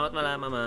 Selamat malam Mama.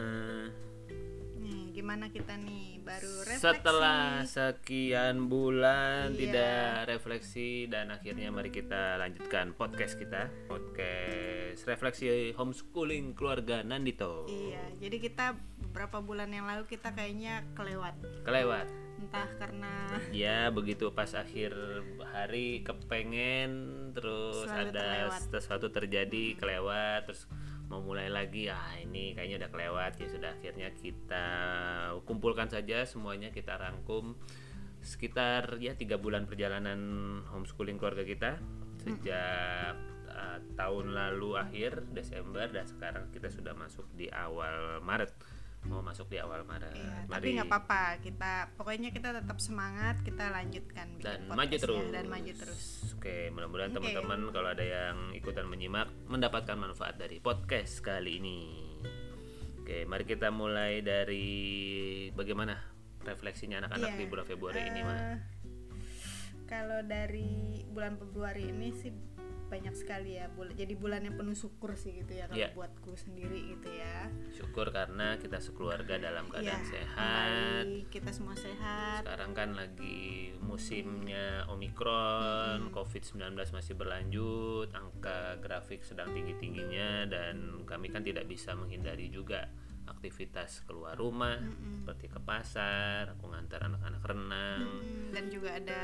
Nih, gimana kita nih baru refleksi Setelah sekian bulan Iya. tidak refleksi dan akhirnya mari kita lanjutkan podcast kita. Podcast refleksi homeschooling keluarga Nandito. Iya, jadi kita beberapa bulan yang lalu kita kayaknya kelewat. Entah karena Ya begitu pas akhir hari kepengen terus Selalu ada kelewat. sesuatu terjadi kelewat terus mau mulai lagi ini kayaknya udah kelewat ya sudah akhirnya kita kumpulkan saja semuanya kita rangkum sekitar 3 bulan perjalanan homeschooling keluarga kita sejak tahun lalu akhir Desember dan sekarang kita sudah masuk di awal Maret. Iya, tapi nggak apa-apa, pokoknya kita tetap semangat, kita lanjutkan dan bikin maju podcastnya terus. dan maju terus. Oke, mudah-mudahan Oke. teman-teman kalau ada yang ikutan menyimak mendapatkan manfaat dari podcast kali ini. Oke, mari kita mulai dari bagaimana refleksinya anak-anak Iya, di bulan Februari ini, Ma. Kalau dari bulan Februari ini sih banyak sekali ya, jadi bulan yang penuh syukur sih gitu ya kalau Iya. buatku sendiri gitu ya. Syukur karena kita sekeluarga dalam keadaan Iya, sehat. kembali kita semua sehat. Sekarang kan lagi musimnya Omikron, COVID-19 masih berlanjut, angka grafik sedang tinggi-tingginya dan kami kan tidak bisa menghindari juga aktivitas keluar rumah seperti ke pasar, aku ngantar anak-anak renang. Dan juga ada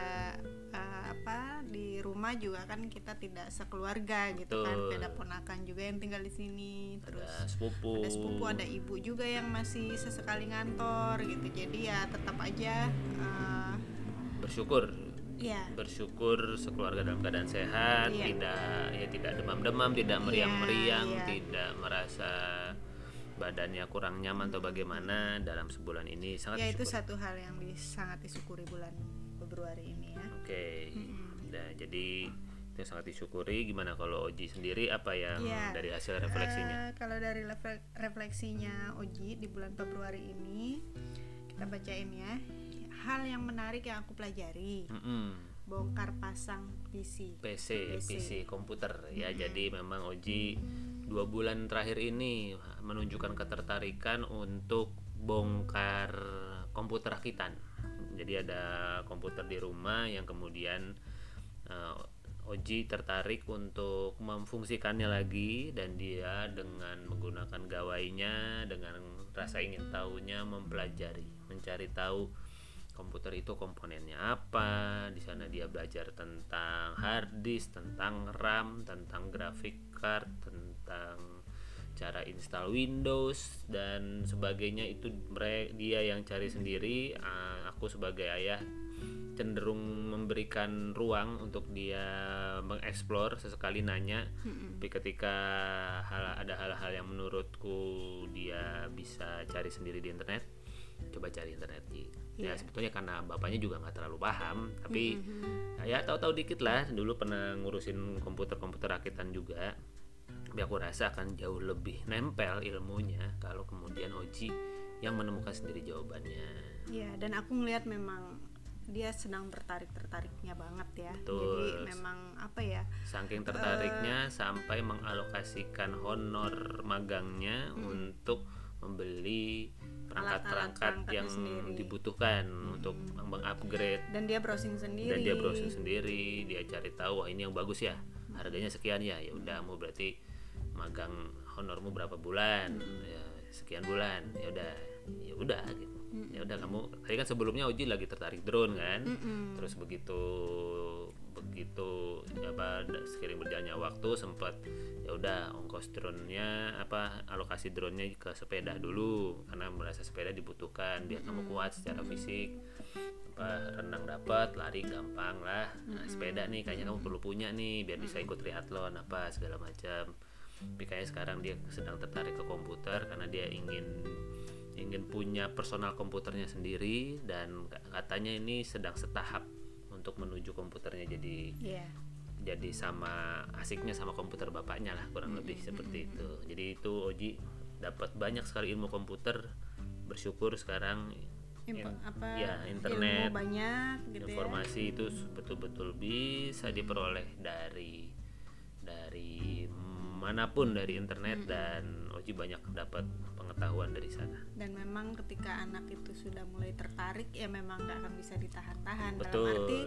di rumah juga kan kita tidak sekeluarga gitu kan, Betul. ada ponakan juga yang tinggal di sini, terus Ada sepupu. ada ibu juga yang masih sesekali ngantor gitu, jadi ya tetap aja Bersyukur ya sekeluarga dalam keadaan sehat, Iya. tidak demam-demam, tidak meriang-meriang, iya. tidak merasa badannya kurang nyaman atau bagaimana dalam sebulan ini sangat ya itu disyukuri. satu hal yang sangat disyukuri bulan Februari ini ya. Oke. Nah, jadi itu sangat disyukuri. Gimana kalau Oji sendiri apa yang Iya. dari hasil refleksinya? Kalau dari refleksinya Oji di bulan Februari ini, kita bacain ya. Hal yang menarik yang aku pelajari, bongkar pasang PC komputer ya. Jadi memang Oji 2 bulan terakhir ini menunjukkan ketertarikan untuk bongkar komputer rakitan. Jadi ada komputer di rumah yang kemudian Oji tertarik untuk memfungsikannya lagi dan dia dengan menggunakan gawainya dengan rasa ingin tahunya mempelajari, mencari tahu komputer itu komponennya apa. Di sana dia belajar tentang hard disk, tentang RAM, tentang graphic card, tentang cara install Windows dan sebagainya. Itu dia yang cari sendiri. Aku sebagai ayah cenderung memberikan ruang untuk dia mengeksplor, sesekali nanya. Tapi ketika ada hal-hal yang menurutku dia bisa cari sendiri di internet, coba cari internet. Ya sebetulnya karena bapaknya juga nggak terlalu paham, tapi ya tahu-tahu dikit lah. Dulu pernah ngurusin komputer rakitan juga. Tapi aku rasa akan jauh lebih nempel ilmunya kalau kemudian Oji yang menemukan sendiri jawabannya. Iya, dan aku ngelihat memang dia sedang tertariknya banget ya. Betul. Jadi memang Saking tertariknya sampai mengalokasikan honor magangnya untuk membeli perangkat-perangkat Alat-alat yang sendiri. dibutuhkan untuk mengupgrade. Dan dia browsing sendiri. Dia cari tahu wah ini yang bagus ya, harganya sekian ya udah mau berarti magang honormu berapa bulan, ya sekian bulan, ya udah gitu. Ya udah kamu tadi kan sebelumnya Oji lagi tertarik drone kan, terus begitu seiring berjalannya waktu sempat ya udah ongkos drone-nya alokasi drone-nya ke sepeda dulu karena merasa sepeda dibutuhkan biar kamu kuat secara fisik. Renang dapat, lari gampang lah. Nah, sepeda nih kayaknya kamu perlu punya nih biar bisa ikut triathlon segala macam. Tapi kayaknya sekarang dia sedang tertarik ke komputer karena dia ingin punya personal komputernya sendiri dan katanya ini sedang setahap untuk menuju komputernya jadi sama asiknya sama komputer bapaknya lah, kurang lebih seperti itu. Jadi itu Oji dapat banyak sekali ilmu komputer, bersyukur sekarang internet ilmu banyak gitu informasi itu betul-betul bisa diperoleh dari manapun dari internet dan Oji banyak dapat pengetahuan dari sana. Dan memang ketika anak itu sudah mulai tertarik ya memang nggak akan bisa ditahan-tahan. Betul. Dalam arti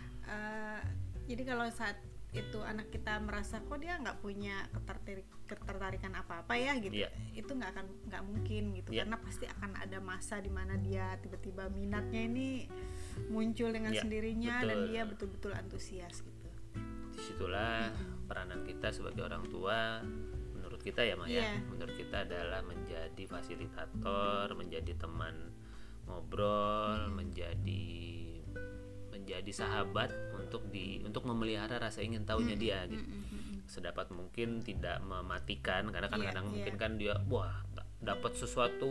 jadi kalau saat itu anak kita merasa kok dia nggak punya ketertarikan apa-apa ya gitu, itu nggak mungkin gitu, karena pasti akan ada masa di mana dia tiba-tiba minatnya ini muncul dengan sendirinya, dan dia betul-betul antusias gitu. Disitulah peranan kita sebagai orang tua, menurut kita ya Maya, menurut kita adalah menjadi fasilitator, menjadi teman ngobrol, menjadi sahabat untuk memelihara rasa ingin tahunya dia gitu. Sedapat mungkin tidak mematikan, karena kadang-kadang mungkin kan dia dapat sesuatu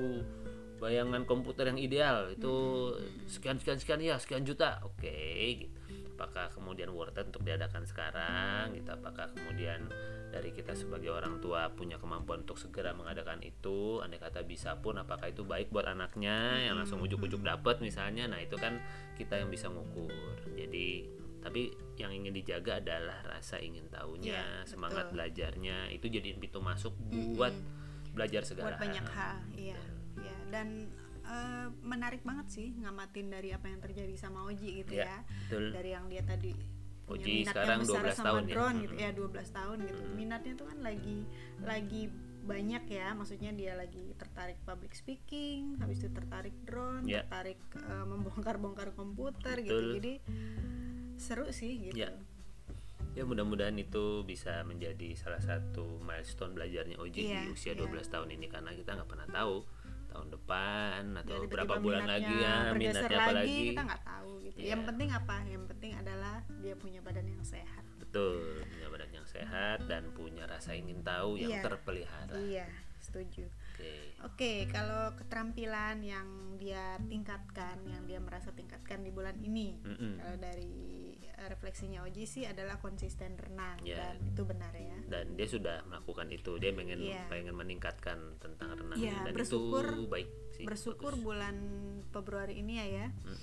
bayangan komputer yang ideal itu sekian ya, sekian juta, oke gitu. Apakah kemudian worth it untuk diadakan sekarang gitu? Apakah kemudian dari kita sebagai orang tua punya kemampuan untuk segera mengadakan itu? Andai kata bisa pun, apakah itu baik buat anaknya yang langsung ujuk-ujuk dapat misalnya? Nah itu kan kita yang bisa ngukur. Jadi tapi yang ingin dijaga adalah rasa ingin tahunya, semangat belajarnya. Itu jadiin pintu masuk buat belajar segala buat banyak hal. Iya. Dan menarik banget sih ngamatin dari apa yang terjadi sama Oji gitu ya. Betul. Dari yang dia tadi Oji minat sekarang yang besar 12 sama tahun drone ya. gitu ya, 12 tahun gitu. Minatnya tuh kan lagi banyak ya, maksudnya dia lagi tertarik public speaking, habis itu tertarik drone, tertarik membongkar-bongkar komputer. Betul. Gitu. Jadi seru sih gitu. Ya mudah-mudahan itu bisa menjadi salah satu milestone belajarnya Oji di usia 12 tahun ini, karena kita nggak pernah tahu tahun depan atau jadi berapa bulan lagi ya minatnya apa lagi, kita nggak tahu gitu. Yang penting apa? Yang penting adalah dia punya badan yang sehat. Betul, punya badan yang sehat dan punya rasa ingin tahu yang terpelihara. Iya, setuju. Oke, kalau keterampilan yang dia tingkatkan, yang dia merasa tingkatkan di bulan ini, kalau dari refleksinya Oji sih adalah konsisten renang, dan itu benar ya. Dan dia sudah melakukan itu, dia pengen meningkatkan tentang renang, dan bersyukur, itu baik sih. Bersyukur bagus. Bulan Februari ini ya.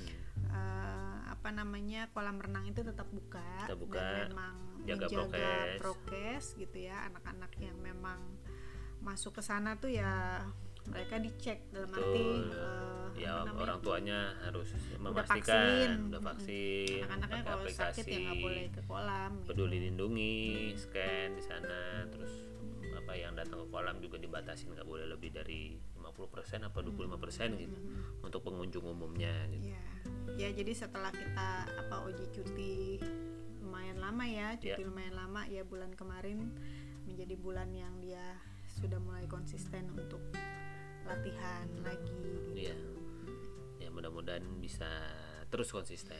Kolam renang itu tetap buka. Dan memang jaga prokes gitu ya. Anak-anak yang memang masuk ke sana tuh ya mereka dicek, dalam arti orang tuanya harus memastikan udah vaksin, anak-anaknya kalau aplikasi, sakit ya nggak boleh ke kolam gitu. Peduli Lindungi, scan di sana, terus yang datang ke kolam juga dibatasin, nggak boleh lebih dari 50% apa 25% gitu untuk pengunjung umumnya gitu. Ya jadi setelah kita Oji cuti lumayan lama ya, lumayan lama ya, bulan kemarin menjadi bulan yang dia sudah mulai konsisten untuk latihan lagi gitu. Ya mudah-mudahan bisa terus konsisten.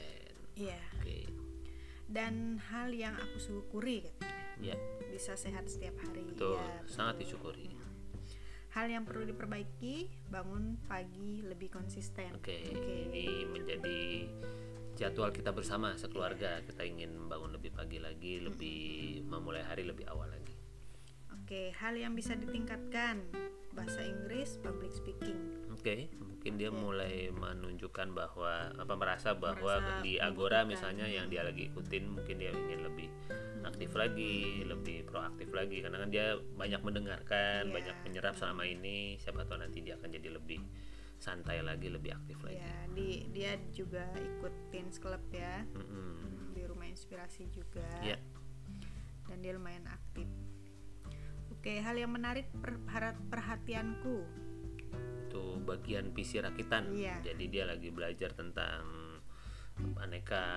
Dan hal yang aku syukuri katanya, bisa sehat setiap hari. Betul, sangat disyukuri. Hal yang perlu diperbaiki, bangun pagi lebih konsisten. Ini menjadi jadwal kita bersama sekeluarga. Kita ingin bangun lebih pagi lagi, lebih memulai hari lebih awal lagi. Hal yang bisa ditingkatkan, bahasa Inggris, public speaking. Mungkin dia mulai menunjukkan merasa bahwa di Agora misalnya yang dia lagi ikutin, mungkin dia ingin lebih aktif lagi, lebih proaktif lagi, karena kan dia banyak mendengarkan, banyak menyerap selama ini. Siapa tahu nanti dia akan jadi lebih santai lagi, lebih aktif lagi. Dia juga ikut Teens Club ya, di Rumah Inspirasi juga, dan dia lumayan aktif. Hal yang menarik perhatianku itu bagian PC rakitan. Jadi dia lagi belajar tentang aneka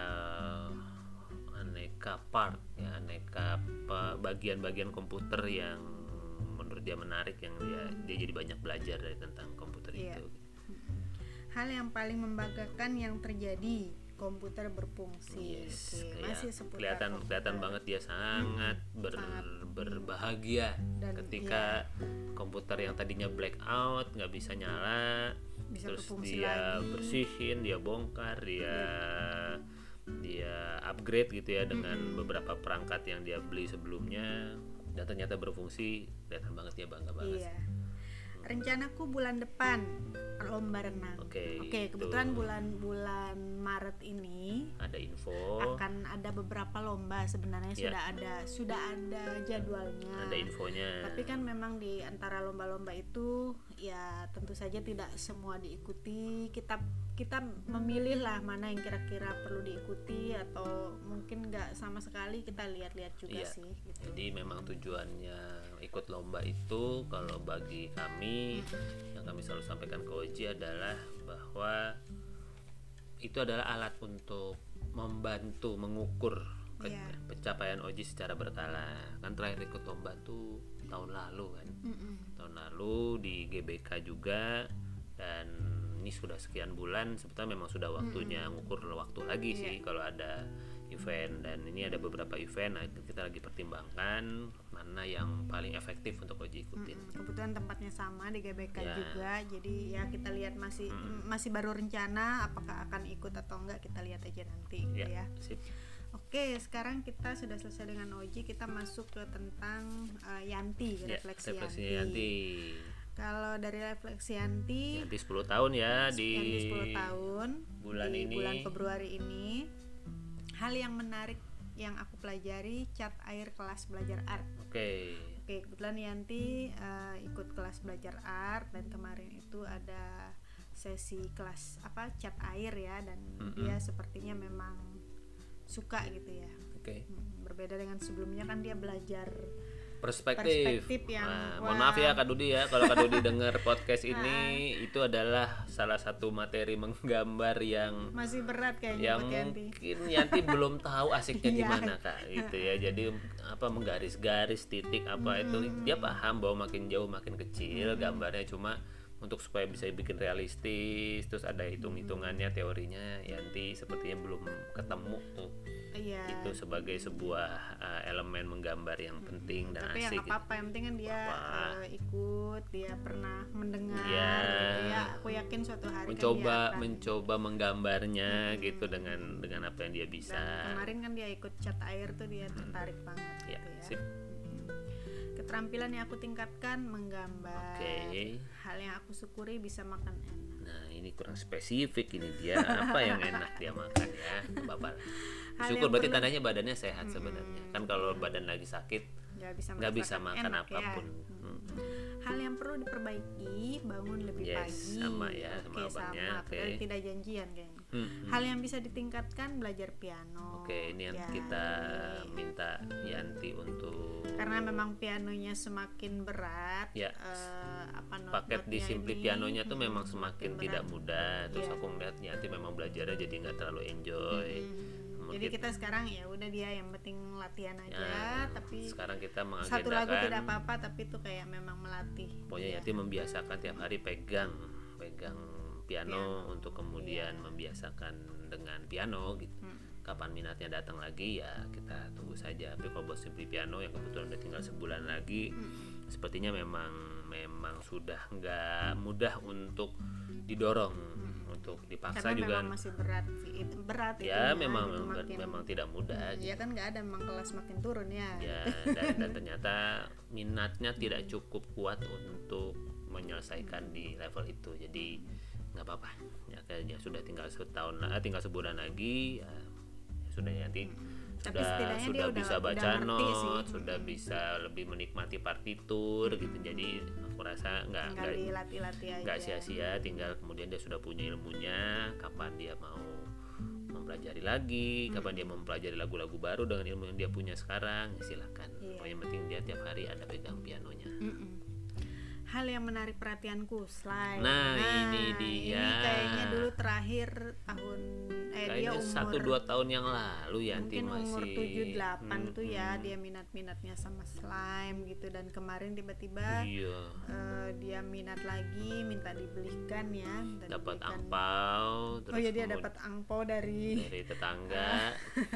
part ya, aneka bagian-bagian komputer yang menurut dia menarik, yang dia jadi banyak belajar dari tentang komputer itu. Hal yang paling membanggakan yang terjadi, komputer berfungsi. Masih seputar kelihatan banget dia sangat berbahagia dan ketika komputer yang tadinya blackout nggak bisa nyala, terus dia lagi bersihin, dia bongkar, dia upgrade gitu ya dengan beberapa perangkat yang dia beli sebelumnya, dan ternyata berfungsi. Kelihatan banget dia bangga banget. Rencanaku bulan depan lomba renang. Oke, kebetulan bulan Maret ini ada info akan ada beberapa lomba sebenarnya. Sudah ada jadwalnya, ada infonya. tapi kan memang di antara lomba-lomba itu ya tentu saja tidak semua diikuti. Kita memilih lah mana yang kira-kira perlu diikuti atau mungkin nggak sama sekali, kita lihat-lihat juga sih gitu. Jadi memang tujuannya ikut lomba itu kalau bagi kami yang kami selalu sampaikan ke Oji adalah bahwa itu adalah alat untuk membantu mengukur pencapaian Oji secara berkala. Kan terakhir ikut lomba tuh tahun lalu kan. Tahun lalu di GBK juga, dan ini sudah sekian bulan, sebetulnya memang sudah waktunya ngukur waktu lagi sih kalau ada event, dan ini ada beberapa event. Nah, kita lagi pertimbangkan mana yang paling efektif untuk Oji ikutin. Kebetulan tempatnya sama di GBK juga, jadi ya kita lihat masih baru rencana apakah akan ikut atau enggak, kita lihat aja nanti gitu ya. Sip. Oke, sekarang kita sudah selesai dengan Oji, kita masuk ke tentang Yanti, refleksi Yanti. Kalau dari refleksi Yanti 10 tahun ya di 10 tahun bulan Februari ini. Hal yang menarik yang aku pelajari, cat air kelas belajar art. Oke, kebetulan Yanti ikut kelas belajar art, dan kemarin itu ada sesi kelas cat air ya, dan dia sepertinya memang suka gitu ya. Berbeda dengan sebelumnya kan dia belajar perspektif yang mohon maaf ya Kak Dudi ya, kalau Kak Dudi dengar podcast ini itu adalah salah satu materi menggambar yang masih berat kayaknya buat mungkin Yanti belum tahu asiknya gimana Kak gitu ya. Jadi menggaris-garis titik itu dia paham bahwa makin jauh makin kecil gambarnya, cuma untuk supaya bisa bikin realistis, terus ada hitung-hitungannya, teorinya Yanti sepertinya belum ketemu tuh. Itu sebagai sebuah elemen menggambar yang penting dan tapi asik. Tapi apa-apa, yang penting kan dia ikut, dia pernah mendengar gitu ya. Aku yakin suatu hari mencoba menggambarnya gitu dengan apa yang dia bisa. Dan kemarin kan dia ikut cat air tuh, dia tertarik banget gitu ya. Sip. Keterampilan yang aku tingkatkan menggambar. Hal yang aku syukuri bisa makan enak. Nah, ini kurang spesifik ini dia. Apa yang enak dia makan ya, Bapak. Syukur berarti tandanya badannya sehat sebenarnya. Kan kalau badan lagi sakit nggak bisa makan apapun. Hal yang perlu diperbaiki, bangun lebih pagi. Sama ya, sama abangnya. Padahal tidak janjian kayaknya. Hal yang bisa ditingkatkan, belajar piano. Ini yang kita minta Yanti untuk, karena memang pianonya semakin berat. Paket di Simply pianonya tuh memang semakin tidak mudah. Terus aku ngeliat Yanti memang belajarnya jadi nggak terlalu enjoy. Jadi kita sekarang ya udah, dia yang penting latihan aja, tapi sekarang kita mengagendakan satu lagu tidak apa-apa, tapi itu kayak memang melatih. Pokoknya Yanti membiasakan tiap hari pegang piano untuk kemudian membiasakan dengan piano gitu. Kapan minatnya datang lagi ya kita tunggu saja. Tapi kalau buat Simply piano yang kebetulan udah tinggal sebulan lagi, sepertinya memang sudah nggak mudah untuk didorong, untuk dipaksa. Karena juga memang masih berat ya, memang tidak mudah. Ya kan nggak ada memang kelas makin turun ya. Dan ternyata minatnya tidak cukup kuat untuk menyelesaikan di level itu. Jadi nggak apa-apa ya, sudah tinggal sebulan lagi ya, sudah nanti sudah bisa baca not, sudah bisa lebih menikmati partitur gitu. Jadi aku rasa nggak sia-sia, tinggal kemudian dia sudah punya ilmunya, kapan dia mau mempelajari lagi, kapan dia mempelajari lagu-lagu baru dengan ilmu yang dia punya sekarang, silakan. Yang penting dia tiap hari ada pegang pianonya. Hal yang menarik perhatianku, slide. Ini dia. Ini kayaknya dulu terakhir tahun dia umur 1-2 tahun yang lalu ya, mungkin umur 7-8 tuh ya, dia minatnya sama slime gitu. Dan kemarin tiba-tiba dia minat lagi, minta dibelikan ya, dapat angpau. Terus dia dapat angpau dari tetangga.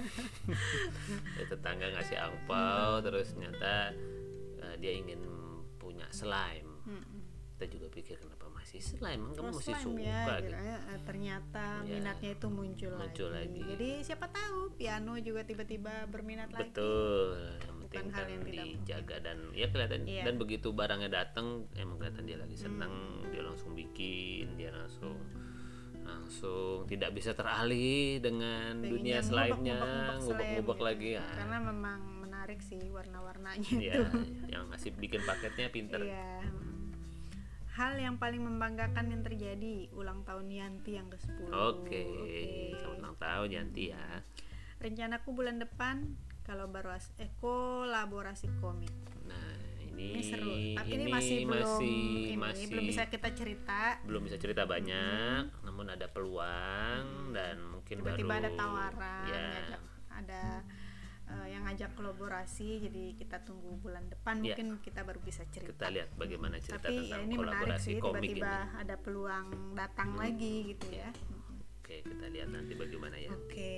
Dari tetangga ngasih angpau, terus ternyata dia ingin punya slime. Kita juga pikir kenapa masih slime, emang kamu Oh, masih slime suka ya, gitu. ternyata Ya, minatnya itu muncul lagi. Jadi siapa tahu piano juga tiba-tiba berminat lagi. Betul, yang Bukan penting hal kan yang tidak dijaga dan ya kelihatan. Iya. Dan begitu barangnya datang emang kelihatan dia lagi senang, dia langsung bikin, dia langsung tidak bisa teralih dengan dunia Pengennya slime-nya, slime ngubek-ngubek gitu. lagi ya. Karena memang menarik sih warna-warnanya Ya, itu. yang ngasih bikin paketnya pinter. Iya. Hal yang paling membanggakan yang terjadi ulang tahun Yanti yang ke-10. Oke, selamat ulang tahun Yanti ya. Rencanaku bulan depan kolaborasi komik. Nah, Ini seru. Tapi ini masih belum bisa kita cerita. Belum bisa cerita banyak, namun ada peluang dan mungkin Tiba-tiba baru ada tawaran, ya. ada yang ngajak kolaborasi, jadi kita tunggu bulan depan Ya. mungkin kita baru bisa cerita. Kita lihat bagaimana cerita Tapi ya tentang ini menarik kolaborasi sih, komik tiba-tiba ini. ada peluang datang lagi gitu ya. Oke, kita lihat nanti bagaimana ya.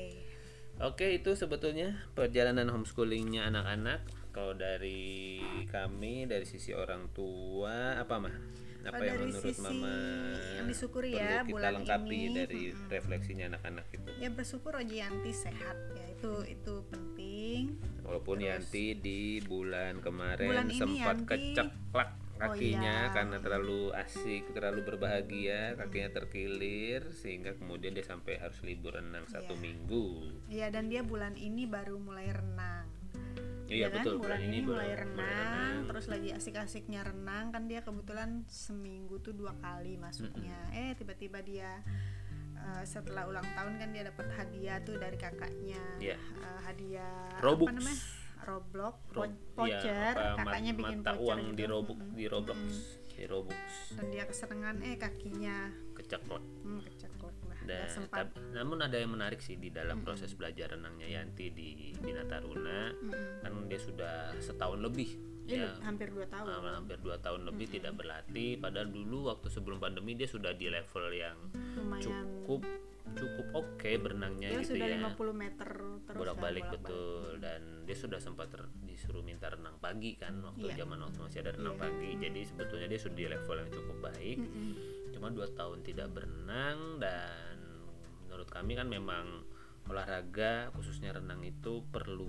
Oke. Itu sebetulnya perjalanan homeschoolingnya anak-anak. Kalau dari kami, dari sisi orang tua, apa mah? Apa yang dari menurut sisi Mama yang disyukuri perlu ya kita bulan lengkapi ini, dari refleksinya anak-anak itu? Ya bersyukur Oji Yanti sehat ya, itu penting. Walaupun Yanti di bulan kemarin Bulan ini sempat Yanti- keceklak kakinya iya. karena terlalu asik, terlalu berbahagia, kakinya terkilir sehingga kemudian dia sampai harus libur renang 1 minggu. Iya, dan dia bulan ini baru mulai renang. Iya, kan? betul, Bulan ini mulai renang, renang. terus lagi asik-asiknya renang kan, dia kebetulan seminggu tuh 2 kali masuknya. Tiba-tiba dia setelah ulang tahun kan dia dapat hadiah tuh dari kakaknya. Iya. Hadiah Robux. apa namanya? Roblox, Iya, voucher, kakaknya bikin mata voucher uang gitu. di Robux, di Roblox, di Robux Dan dia kesenangan kakinya keceklek. keceklek lah. Dan Nggak sempat. namun ada yang menarik sih di dalam proses belajar renangnya Yanti di Bina Taruna. Kan dia sudah setahun lebih ya, Hampir 2 tahun. hampir 2 tahun lebih tidak berlatih. Padahal dulu waktu sebelum pandemi dia sudah di level yang Lumayan. cukup oke berenangnya Dia gitu sudah ya. 50 meter terus Bolak-balik betul, dan dia sudah sempat disuruh minta renang pagi kan waktu Iya. zaman waktu masih ada renang pagi. Jadi sebetulnya dia sudah di level yang cukup baik. Cuma 2 tahun tidak berenang, dan menurut kami kan memang olahraga khususnya renang itu perlu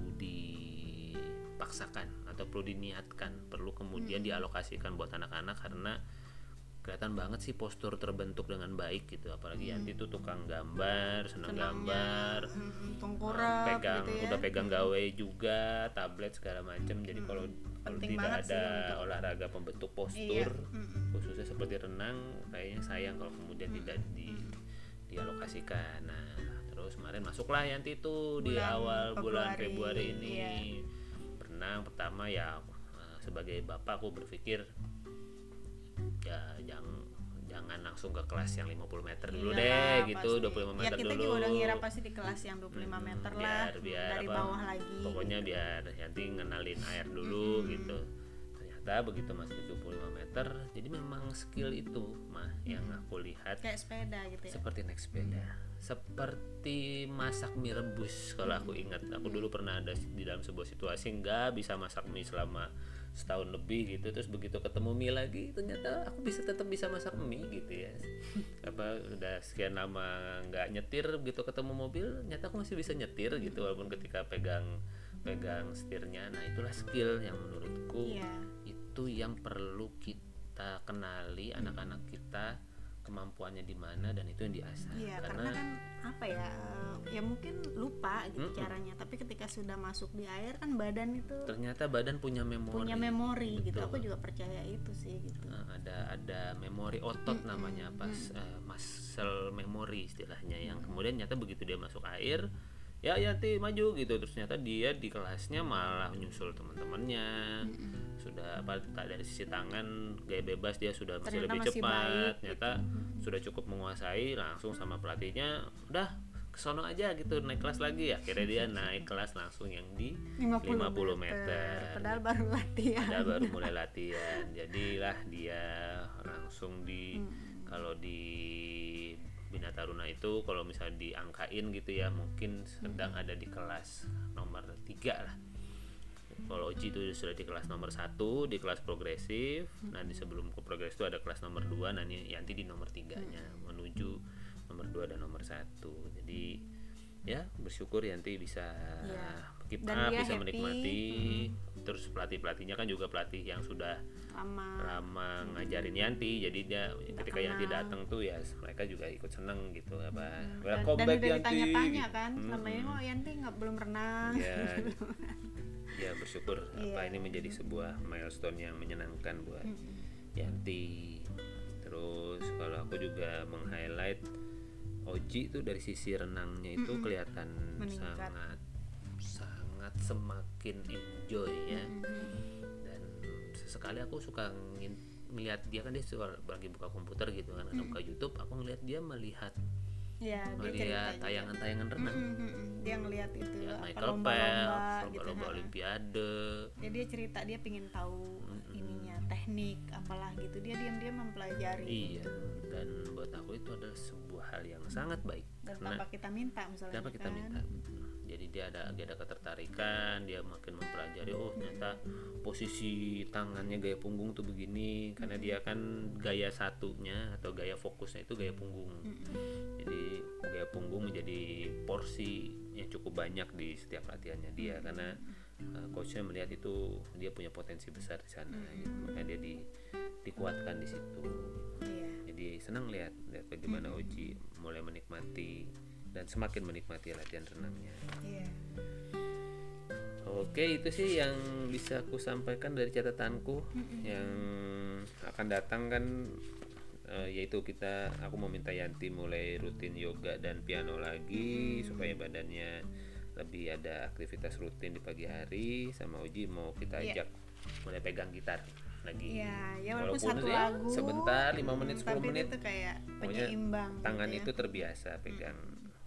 dipaksakan atau perlu diniatkan, perlu kemudian dialokasikan buat anak-anak karena kelihatan banget sih postur terbentuk dengan baik gitu. Apalagi Yanti tuh tukang gambar, senang gambar, tengkurap pegang gitu ya. udah pegang gawe juga, tablet segala macam. Jadi kalau Penting tidak banget sih ada olahraga pembentuk postur, Iya. khususnya seperti renang, kayaknya sayang kalau kemudian tidak dialokasikan. Nah, terus kemarin masuklah Yanti itu di awal bulan Februari ini. Iya. Berenang pertama ya, sebagai bapak aku berpikir ya jangan langsung ke kelas yang 50 meter dulu Iyalah, deh gitu, pasti. 25 meter ya, kita dulu. juga udah ngira pasti di kelas yang 25 meter lah, biar dari apa, bawah lagi. pokoknya biar Yanti ngenalin air dulu gitu. Ternyata begitu masuk di 25 meter, jadi memang skill itu mah yang aku lihat Kayak sepeda gitu ya. seperti naik sepeda, seperti masak mie rebus. Kalau aku ingat, aku dulu pernah ada di dalam sebuah situasi nggak bisa masak mie selama setahun lebih gitu, terus begitu ketemu mie lagi ternyata aku tetap bisa masak mie gitu ya. Apa udah sekian lama nggak nyetir, begitu ketemu mobil ternyata aku masih bisa nyetir gitu walaupun ketika pegang setirnya. Nah, itulah skill yang menurutku itu yang perlu kita kenali anak-anak kita, kemampuannya di mana, dan itu yang diasah. Iya, karena kan apa ya mungkin lupa gitu caranya, tapi ketika sudah masuk di air kan badan itu ternyata badan punya memori gitu. Betul. Aku juga percaya itu sih gitu. Ada memori otot namanya muscle memory istilahnya, yang kemudian nyata begitu dia masuk air ya Yanti maju gitu, terus ternyata dia di kelasnya malah nyusul teman-temannya. Sudah apa dari sisi tangan gaya bebas dia sudah masih Ternyata lebih masih cepat baik, ternyata sudah cukup menguasai. Langsung sama pelatihnya udah kesono aja gitu, naik kelas lagi. Akhirnya dia naik kelas langsung yang di 50 meter. Padahal baru latihan. Padahal baru mulai latihan. Jadilah dia langsung kalau di Bina Taruna itu kalau misalnya diangkain gitu ya, mungkin sedang ada di kelas nomor 3 lah. Kalau Oji itu sudah di kelas nomor 1 di kelas progresif. Nah di sebelum ke progresif itu ada kelas nomor 2. Nah ini Yanti di nomor 3-nya menuju nomor 2 dan nomor 1. Jadi ya bersyukur Yanti bisa keep up, bisa happy. Menikmati. Terus pelatihnya kan juga pelatih yang sudah lama ngajarin Yanti. Jadi dia ketika Yanti datang tuh ya mereka juga ikut seneng gitu apa. Dan udah ditanya-tanya kan sama ini kok Yanti belum renang. Ya bersyukur apa ini menjadi sebuah milestone yang menyenangkan buat Yanti. Terus kalau aku juga meng-highlight Oji itu dari sisi renangnya itu kelihatan sangat semakin enjoy ya. Dan sesekali aku suka ngelihat dia kan, dia suka lagi buka komputer gitu kan, buka YouTube, aku ngelihat dia melihat tayangan-tayangan renang. Dia ngelihat itu Michael Phelps, lomba-lomba olimpiade. Ya dia cerita dia pingin tahu ininya teknik apalah gitu, dia diam-diam mempelajari. Iya gitu. Dan buat aku itu adalah sebuah hal yang sangat baik. Dan tanpa kita minta misalnya. Tanpa kita minta. Jadi dia ada ketertarikan, dia makin mempelajari, ternyata posisi tangannya, gaya punggung tuh begini, karena dia kan gaya satunya atau gaya fokusnya itu gaya punggung. Jadi gaya punggung menjadi porsi yang cukup banyak di setiap latihannya dia, karena coachnya melihat itu dia punya potensi besar di sana, gitu. Makanya dia dikuatkan di situ. Jadi senang lihat bagaimana Oji mulai menikmati dan semakin menikmati latihan renangnya. Oke, itu sih yang bisa aku sampaikan dari catatanku. Yang akan datang kan yaitu aku mau minta Yanti mulai rutin yoga dan piano lagi supaya badannya lebih ada aktivitas rutin di pagi hari. Sama Oji mau kita ajak mulai pegang gitar lagi. Ya walaupun satu lagu sebentar, 5 menit 10 menit itu kayak penyeimbang. Tangan gitu itu terbiasa pegang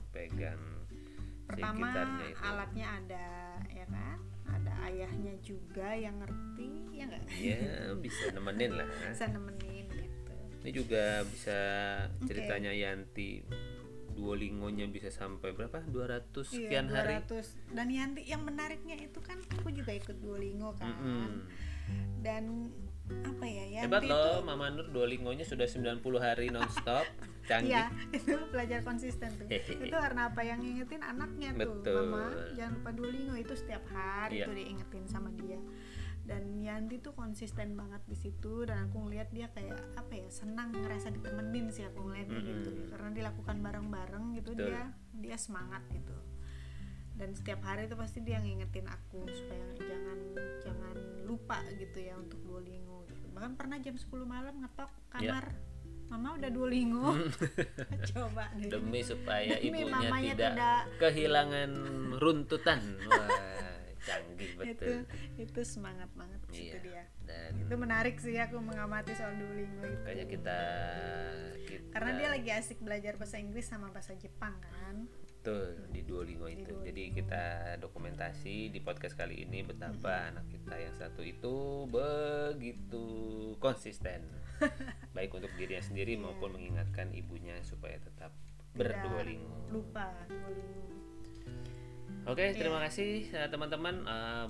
pertama itu. Alatnya ada ya kan, ada ayahnya juga yang ngerti ya nggak? Ya bisa nemenin lah. Bisa nemenin gitu. Ini juga bisa ceritanya Yanti Duolingo-nya bisa sampai berapa? 200 sekian 200 hari. Dan Yanti yang menariknya itu kan aku juga ikut Duolingo kan. Dan apa ya, hebat loh Mama Nur, Duolingo-nya sudah 90 hari nonstop. Canggih. Iya, itu belajar konsisten tuh. Itu karena apa, yang ngingetin anaknya tuh. Betul. Mama jangan lupa Duolingo, itu setiap hari tuh diingetin sama dia. Dan Yanti tuh konsisten banget di situ, dan aku ngeliat dia kayak apa ya, senang ngerasa ditemenin sih aku ngeliatnya gitu ya. Karena dilakukan bareng-bareng gitu. Betul. dia semangat gitu. Dan setiap hari itu pasti dia ngingetin aku supaya jangan lupa gitu ya untuk Duolingo gitu. Bahkan pernah jam 10 malam ngetok kamar, Mama udah Duolingo. Coba deh. Demi supaya ibunya tidak kehilangan runtutan. Wah, canggih betul. Itu semangat banget situ dia. Dan itu menarik sih aku mengamati soal Duolingo itu. Kayaknya kita karena dia lagi asik belajar bahasa Inggris sama bahasa Jepang kan. Betul, di Duolingo itu. Jadi kita dokumentasi di podcast kali ini betapa anak kita yang satu itu begitu konsisten. Baik untuk dirinya sendiri maupun mengingatkan ibunya supaya tetap berduolingo. Lupa Duolingo. Oke, terima kasih teman-teman.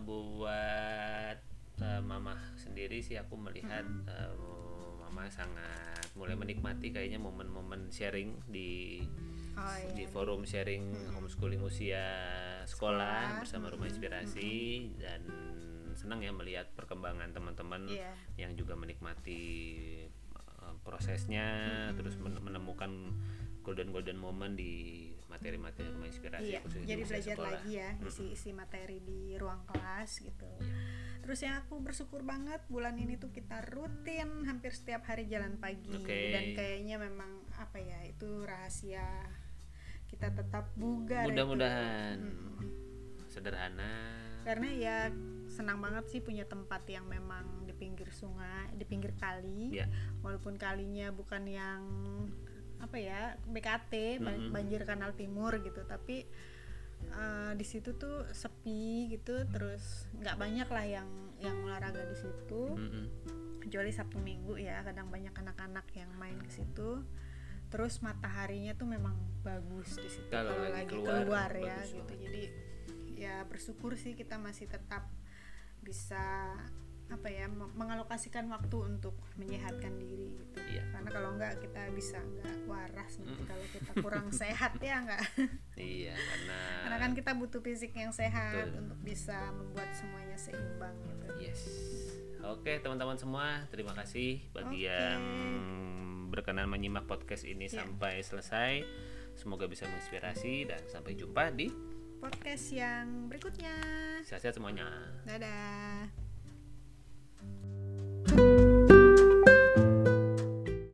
Buat Mama sendiri sih aku melihat Mama sangat mulai menikmati kayaknya momen-momen sharing di forum sharing homeschooling usia sekolah bersama Rumah Inspirasi, dan senang ya melihat perkembangan teman-teman yang juga menikmati prosesnya, terus menemukan golden moment di materi-materi Rumah Inspirasi. Jadi belajar sekolah lagi ya, isi materi di ruang kelas gitu. Terus yang aku bersyukur banget bulan ini tuh kita rutin hampir setiap hari jalan pagi. Dan kayaknya memang apa ya, itu rahasia kita tetap bugar. Mudah-mudahan sederhana. Karena ya senang banget sih punya tempat yang memang di pinggir sungai, di pinggir kali. Walaupun kalinya bukan yang apa ya, BKT, banjir kanal timur gitu, tapi di situ tuh sepi gitu, terus nggak banyak lah yang olahraga di situ, kecuali Sabtu Minggu ya, kadang banyak anak-anak yang main ke situ. Terus mataharinya tuh memang bagus di situ kalau lagi keluar ya gitu. Jadi ya bersyukur sih kita masih tetap bisa mengalokasikan waktu untuk menyehatkan diri gitu. Karena kalau enggak kita bisa enggak waras nanti kalau kita kurang sehat ya enggak. Iya, karena kan kita butuh fisik yang sehat untuk bisa membuat semuanya seimbang gitu. Yes. Oke, teman-teman semua, terima kasih bagi yang berkenan menyimak podcast ini sampai selesai. Semoga bisa menginspirasi dan sampai jumpa di podcast yang berikutnya. Sehat-sehat semuanya. Dadah.